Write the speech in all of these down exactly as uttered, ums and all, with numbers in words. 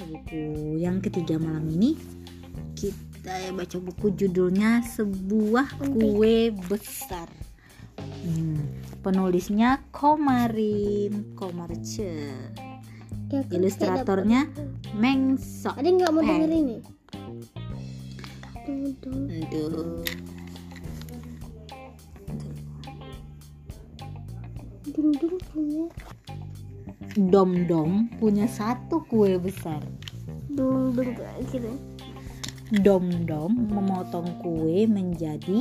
buku yang ketiga malam ini. Kita baca buku judulnya Sebuah Kue Besar. hmm, Penulisnya Komarin Komarce. Ilustratornya Meng Sok. Ada nggak mau denger ini? Aduh. Ding-ding punya. Dom-dom punya satu kue besar. Dung-dung kayak gitu. Dom-dom memotong kue menjadi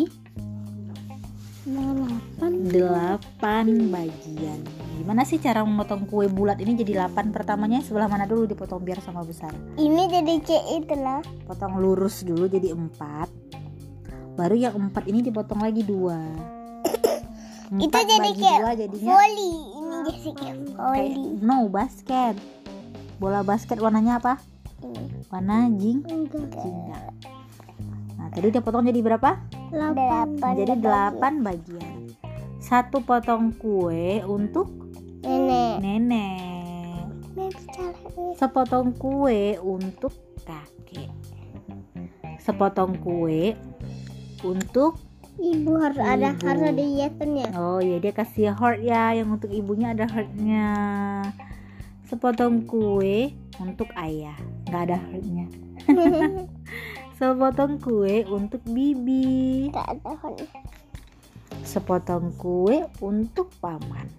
Delapan. delapan bagian. Gimana sih cara memotong kue bulat ini jadi delapan? Pertamanya sebelah mana dulu dipotong biar sama besar? Ini jadi C itulah. Potong lurus dulu jadi empat. Baru yang empat ini dipotong lagi dua. Itu Empat jadi bagi kayak dua jadinya volley. Ini jadi kayak kayak, volley. no, basket. Bola basket warnanya apa? Ini. Warna jing Enggak. jingga. Nah, tadi dia potong jadi berapa? Delapan. Jadi delapan bagian. Satu potong kue untuk Nenek. nenek. Nenek cara. Sepotong kue untuk kakek. Sepotong kue untuk Ibu harus ada Ibu. harus ada hiasannya. oh ya dia kasih heart ya, yang untuk ibunya ada heartnya. Sepotong kue untuk ayah, nggak ada heartnya. Sepotong kue untuk bibi. Enggak ada heartnya. Sepotong kue untuk paman.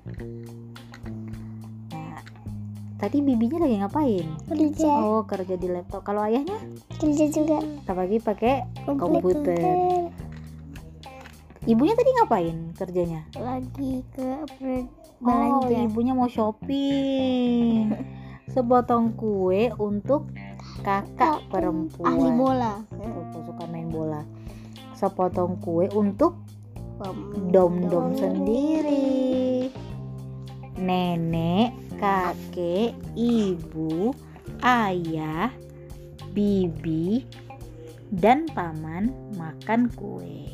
Nah, tadi bibinya lagi ngapain? Kerja. Oh, kerja di laptop. Kalau ayahnya Kerja juga. pagi pakai komputer. Ibunya tadi ngapain kerjanya? Lagi ke per- Oh, belanja. ibunya mau shopping. Sepotong kue untuk kakak perempuan. Ahli bola. Suka, suka main bola. Sepotong kue untuk Dom dom-dom sendiri. Nenek, kakek, ibu, ayah, bibi, dan paman makan kue.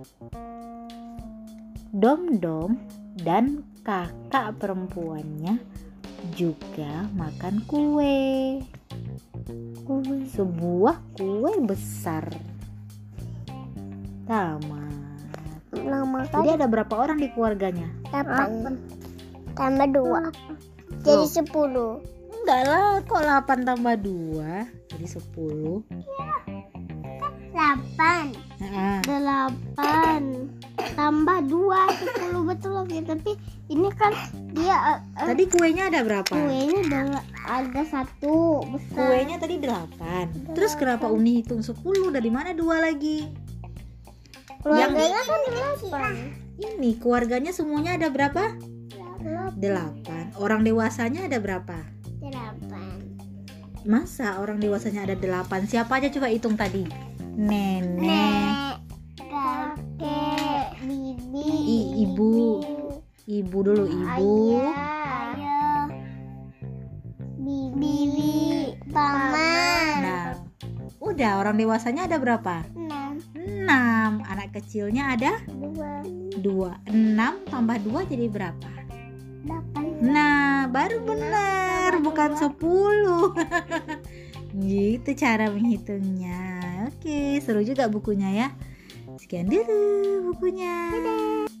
Dom-dom dan kakak perempuannya juga makan kue. Sebuah kue besar. Tamat. Nama Jadi ada berapa orang di keluarganya? delapan. Tambah dua. Jadi Loh. sepuluh. Enggak lah, kok delapan tambah dua jadi sepuluh. Delapan. Nah, Delapan. Tambah dua sepuluh betul oke. Tapi ini kan dia uh, tadi kuenya ada berapa? kuenya ada ada satu besar. Kuenya tadi delapan. Terus kenapa Uni hitung sepuluh? Dari mana dua lagi? Keluarganya kan delapan. Ini keluarganya semuanya ada berapa? Delapan. Orang dewasanya ada berapa? Delapan. Masa orang dewasanya ada delapan? Siapa aja coba hitung tadi? Nenek, Nek, kakek, bibi, I- ibu. Ibu dulu, ibu. ayah, bibi, paman. Nah, udah orang dewasanya ada berapa? Enam, Enam. Anak kecilnya ada dua, dua. Enam tambah dua jadi berapa? delapan. Nah, baru benar, bukan sepuluh. Gitu cara menghitungnya. Oke, seru juga bukunya ya. Sekian dulu bukunya.